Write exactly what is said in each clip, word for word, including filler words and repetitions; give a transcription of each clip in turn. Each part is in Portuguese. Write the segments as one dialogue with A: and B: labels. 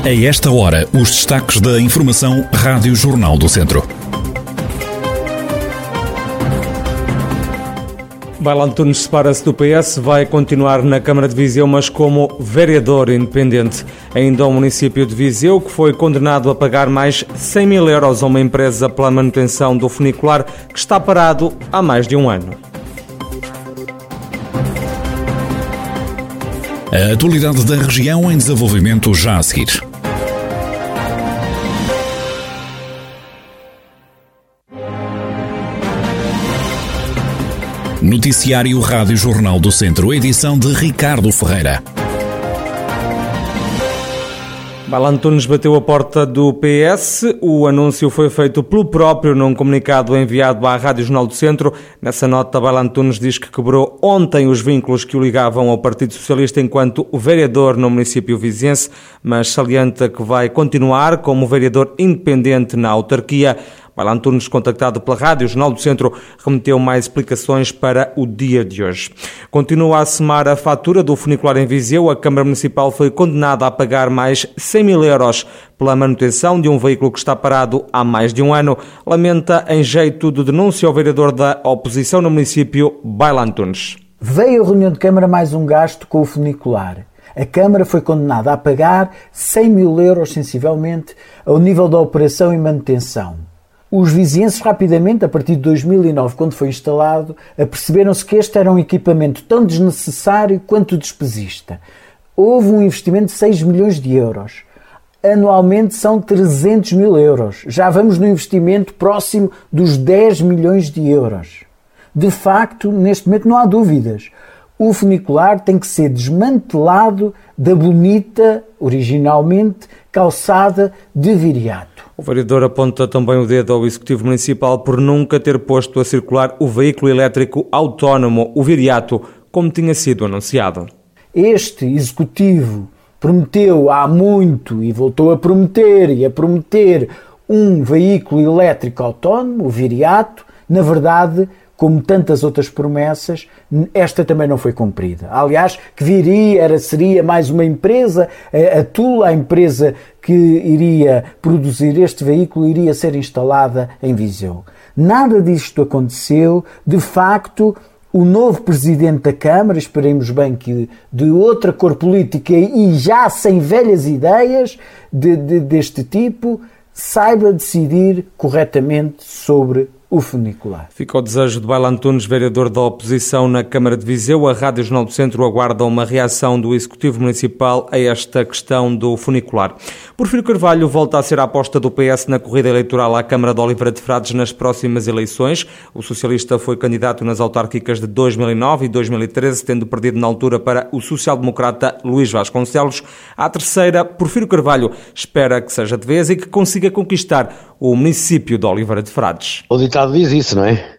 A: A esta hora, os destaques da Informação Rádio Jornal do Centro.
B: Baila Antunes separa-se do P S, vai continuar na Câmara de Viseu, mas como vereador independente. Ainda o município de Viseu, que foi condenado a pagar mais cem mil euros a uma empresa pela manutenção do funicular, que está parado há mais de um ano.
A: A atualidade da região em desenvolvimento já a seguir. Noticiário Rádio Jornal do Centro, edição de Ricardo Ferreira.
B: Baila Antunes bateu a porta do P S. O anúncio foi feito pelo próprio num comunicado enviado à Rádio Jornal do Centro. Nessa nota, Baila Antunes diz que quebrou ontem os vínculos que o ligavam ao Partido Socialista enquanto vereador no município viziense, mas salienta que vai continuar como vereador independente na autarquia. Baila Antunes, contactado pela Rádio Jornal do Centro, remeteu mais explicações para o dia de hoje. Continua a somar a fatura do funicular em Viseu. A Câmara Municipal foi condenada a pagar mais cem mil euros pela manutenção de um veículo que está parado há mais de um ano. Lamenta em jeito de denúncia ao vereador da oposição no município, Baila Antunes.
C: Veio a reunião de Câmara mais um gasto com o funicular. A Câmara foi condenada a pagar cem mil euros, sensivelmente, ao nível da operação e manutenção. Os vizienses rapidamente, a partir de dois mil e nove, quando foi instalado, aperceberam-se que este era um equipamento tão desnecessário quanto despesista. Houve um investimento de seis milhões de euros. Anualmente são trezentos mil euros. Já vamos no investimento próximo dos dez milhões de euros. De facto, neste momento não há dúvidas. O funicular tem que ser desmantelado da bonita, originalmente, calçada de Viriato.
B: O vereador aponta também o dedo ao Executivo Municipal por nunca ter posto a circular o veículo elétrico autónomo, o Viriato, como tinha sido anunciado.
C: Este Executivo prometeu há muito e voltou a prometer e a prometer um veículo elétrico autónomo, o Viriato. Na verdade, como tantas outras promessas, esta também não foi cumprida. Aliás, que viria, era, seria mais uma empresa, a Tula, a empresa que iria produzir este veículo, iria ser instalada em Viseu. Nada disto aconteceu. De facto, o novo presidente da Câmara, esperemos bem que de outra cor política e já sem velhas ideias de, de, deste tipo, saiba decidir corretamente sobre o funicular.
B: Fica o desejo de Baila Antunes, vereador da oposição na Câmara de Viseu. A Rádio Jornal do Centro aguarda uma reação do Executivo Municipal a esta questão do funicular. Porfírio Carvalho volta a ser a aposta do P S na corrida eleitoral à Câmara de Oliveira de Frades nas próximas eleições. O socialista foi candidato nas autárquicas de dois mil e nove e dois mil e treze, tendo perdido na altura para o social-democrata Luís Vasconcelos. À terceira, Porfírio Carvalho espera que seja de vez e que consiga conquistar o município de Oliveira de Frades.
D: O ditado diz isso, não é?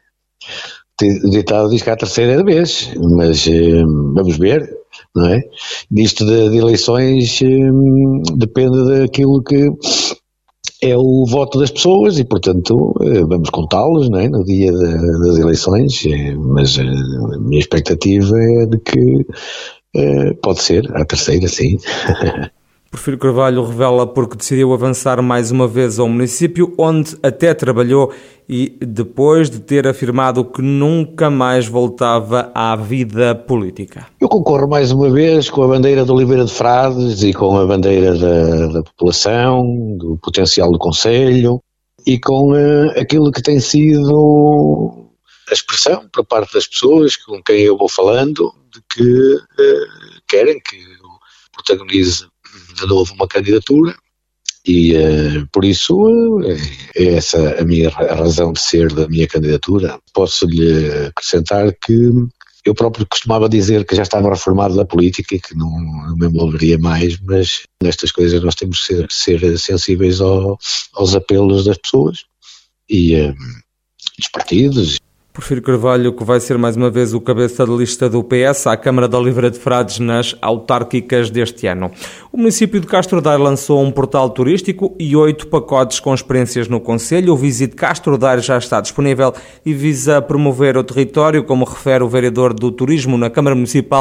D: O ditado diz que a terceira é da vez, mas eh, vamos ver, não é? Nisto de, de eleições eh, depende daquilo que é o voto das pessoas e, portanto, eh, vamos contá-los, não é? No dia de, das eleições, eh, mas eh, a minha expectativa é de que eh, pode ser a terceira, sim.
B: Porfírio Carvalho revela porque decidiu avançar mais uma vez ao município, onde até trabalhou, e depois de ter afirmado que nunca mais voltava à vida política.
D: Eu concorro mais uma vez com a bandeira de Oliveira de Frades e com a bandeira da, da população, do potencial do concelho e com uh, aquilo que tem sido a expressão por parte das pessoas com quem eu vou falando, de que uh, querem que eu protagonize de novo uma candidatura e uh, por isso uh, é essa a minha razão de ser da minha candidatura. Posso-lhe acrescentar que eu próprio costumava dizer que já estava reformado da política e que não, não me envolveria mais, mas nestas coisas nós temos que ser, ser sensíveis ao, aos apelos das pessoas e uh, dos partidos.
B: Porfírio Carvalho, que vai ser mais uma vez o cabeça de lista do P S à Câmara de Oliveira de Frades nas autárquicas deste ano. O município de Castro Daire lançou um portal turístico e oito pacotes com experiências no concelho. O Visite Castro Daire já está disponível e visa promover o território, como refere o vereador do Turismo na Câmara Municipal,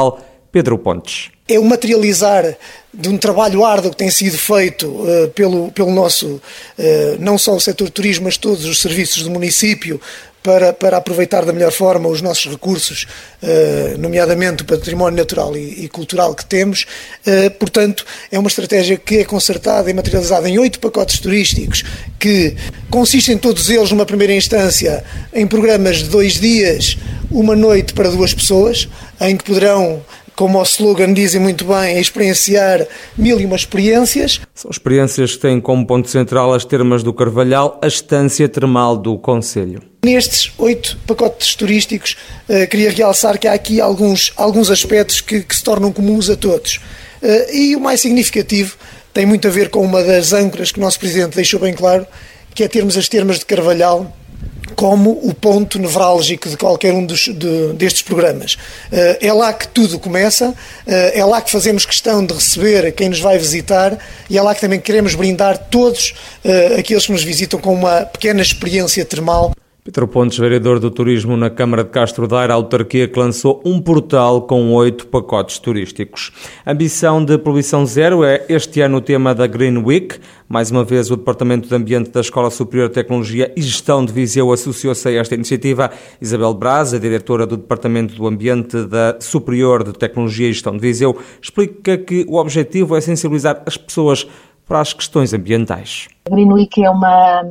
B: Pedro Pontes.
E: É o materializar de um trabalho árduo que tem sido feito uh, pelo, pelo nosso, uh, não só o setor turismo, mas todos os serviços do município, para, para aproveitar da melhor forma os nossos recursos, uh, nomeadamente o património natural e, e cultural que temos. Uh, portanto, é uma estratégia que é concertada e materializada em oito pacotes turísticos, que consistem todos eles, numa primeira instância, em programas de dois dias, uma noite para duas pessoas, em que poderão, como o slogan dizem muito bem, experienciar mil e uma experiências.
B: São experiências que têm como ponto central as termas do Carvalhal, a estância termal do concelho.
E: Nestes oito pacotes turísticos, uh, queria realçar que há aqui alguns, alguns aspectos que, que se tornam comuns a todos. Uh, e o mais significativo tem muito a ver com uma das âncoras que o nosso Presidente deixou bem claro, que é termos as termas de Carvalhal como o ponto nevrálgico de qualquer um dos, de, destes programas. Uh, é lá que tudo começa, uh, é lá que fazemos questão de receber quem nos vai visitar e é lá que também queremos brindar todos uh, aqueles que nos visitam com uma pequena experiência termal.
B: Pedro Pontes, vereador do Turismo na Câmara de Castro Daire, a autarquia que lançou um portal com oito pacotes turísticos. Ambição de poluição zero é este ano o tema da Green Week. Mais uma vez, o Departamento de Ambiente da Escola Superior de Tecnologia e Gestão de Viseu associou-se a esta iniciativa. Isabel Braz, a diretora do Departamento do Ambiente da Superior de Tecnologia e Gestão de Viseu, explica que o objetivo é sensibilizar as pessoas para as questões ambientais.
F: A Green Week é uma...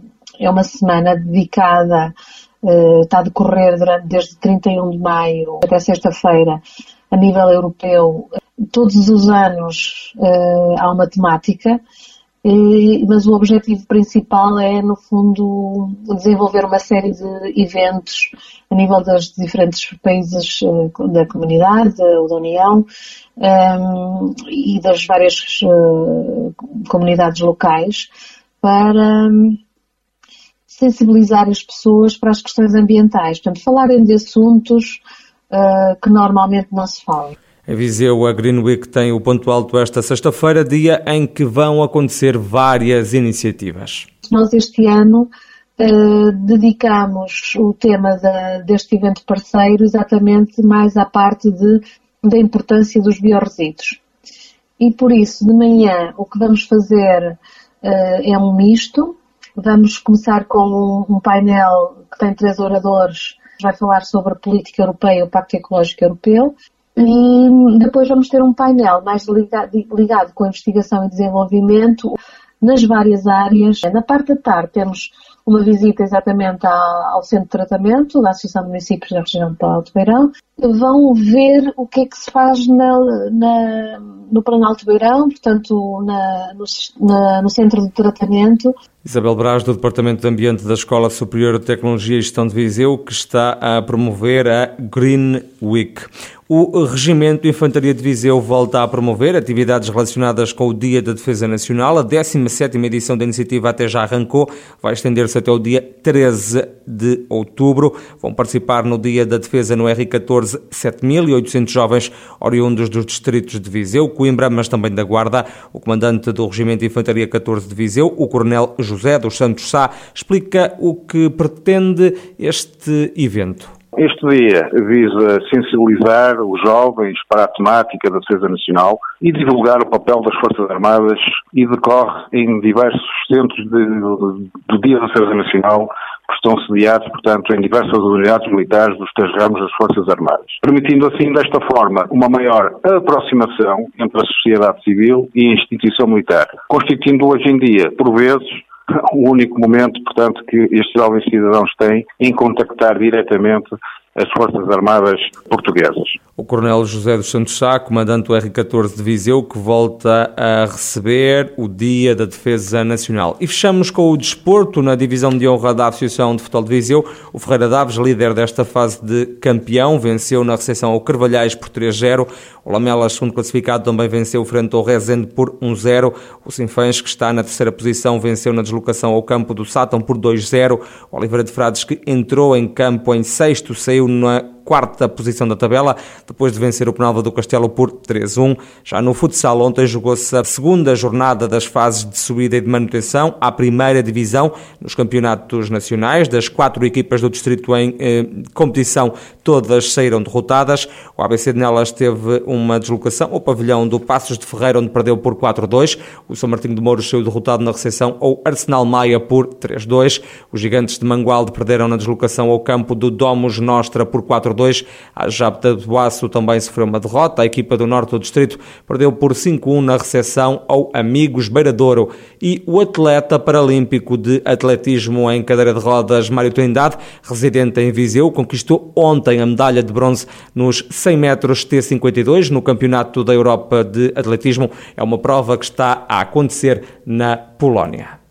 F: É uma semana dedicada, uh, está a decorrer durante, desde trinta e um de maio até sexta-feira, a nível europeu. Todos os anos uh, há uma temática, uh, mas o objetivo principal é, no fundo, desenvolver uma série de eventos a nível dos diferentes países uh, da comunidade ou da União um, e das várias uh, comunidades locais para... Um, sensibilizar as pessoas para as questões ambientais, portanto, falarem de assuntos uh, que normalmente não se falam.
B: Em Viseu, a Green Week tem o ponto alto esta sexta-feira, dia em que vão acontecer várias iniciativas.
F: Nós este ano uh, dedicamos o tema da, deste evento parceiro exatamente mais à parte de, da importância dos biorresíduos. E por isso, de manhã, o que vamos fazer uh, é um misto. Vamos começar com um painel que tem três oradores, vai falar sobre a política europeia, o Pacto Ecológico Europeu, e depois vamos ter um painel mais ligado, ligado com a investigação e desenvolvimento nas várias áreas. Na parte da tarde temos uma visita exatamente ao centro de tratamento da Associação de Municípios da região de Alto Beirão. Vão ver o que é que se faz na, na, no Planalto Beirão, portanto na, no, na, no centro de tratamento.
B: Isabel Braz, do Departamento de Ambiente da Escola Superior de Tecnologia e Gestão de Viseu, que está a promover a Green Week. O Regimento de Infantaria de Viseu volta a promover atividades relacionadas com o Dia da Defesa Nacional. A décima sétima edição da iniciativa até já arrancou, vai estender-se até o dia treze de outubro. Vão participar no Dia da Defesa no R catorze sete mil e oitocentos jovens oriundos dos distritos de Viseu, Coimbra, mas também da Guarda. O comandante do Regimento de Infantaria catorze de Viseu, o coronel José dos Santos Sá, explica o que pretende este evento.
G: Este dia visa sensibilizar os jovens para a temática da defesa nacional e divulgar o papel das Forças Armadas e decorre em diversos centros de, de, do Dia da Defesa Nacional que estão sediados, portanto, em diversas unidades militares dos três ramos das Forças Armadas, permitindo assim, desta forma, uma maior aproximação entre a sociedade civil e a instituição militar, constituindo hoje em dia, por vezes, o único momento, portanto, que estes jovens cidadãos têm em contactar diretamente as Forças Armadas portuguesas.
B: O coronel José dos Santos Sá, comandante do R catorze de Viseu, que volta a receber o Dia da Defesa Nacional. E fechamos com o desporto na divisão de honra da Associação de Futebol de Viseu. O Ferreira Daves, líder desta fase de campeão, venceu na recepção ao Carvalhais por três zero. O Lamelas, segundo classificado, também venceu frente ao Rezende por um zero. O Sinfãs, que está na terceira posição, venceu na deslocação ao campo do Sátão por dois zero. O Oliveira de Frades, que entrou em campo em sexto, saiu na quarta posição da tabela, depois de vencer o Penalva do Castelo por três a um. Já no futsal, ontem jogou-se a segunda jornada das fases de subida e de manutenção à primeira divisão nos campeonatos nacionais. Das quatro equipas do distrito em eh, competição, todas saíram derrotadas. O A B C de Nelas teve uma deslocação ao pavilhão do Passos de Ferreira, onde perdeu por quatro a dois. O São Martinho de Mouros saiu derrotado na recepção ao Arsenal Maia por três a dois. Os Gigantes de Mangualde perderam na deslocação ao campo do Domus Nostra por quatro a dois. A Jabta de Boaço também sofreu uma derrota. A equipa do Norte do Distrito perdeu por cinco a um na recepção ao Amigos Beiradouro. E o atleta paralímpico de atletismo em cadeira de rodas, Mário Trindade, residente em Viseu, conquistou ontem a medalha de bronze nos cem metros T cinquenta e dois no Campeonato da Europa de Atletismo. É uma prova que está a acontecer na Polónia.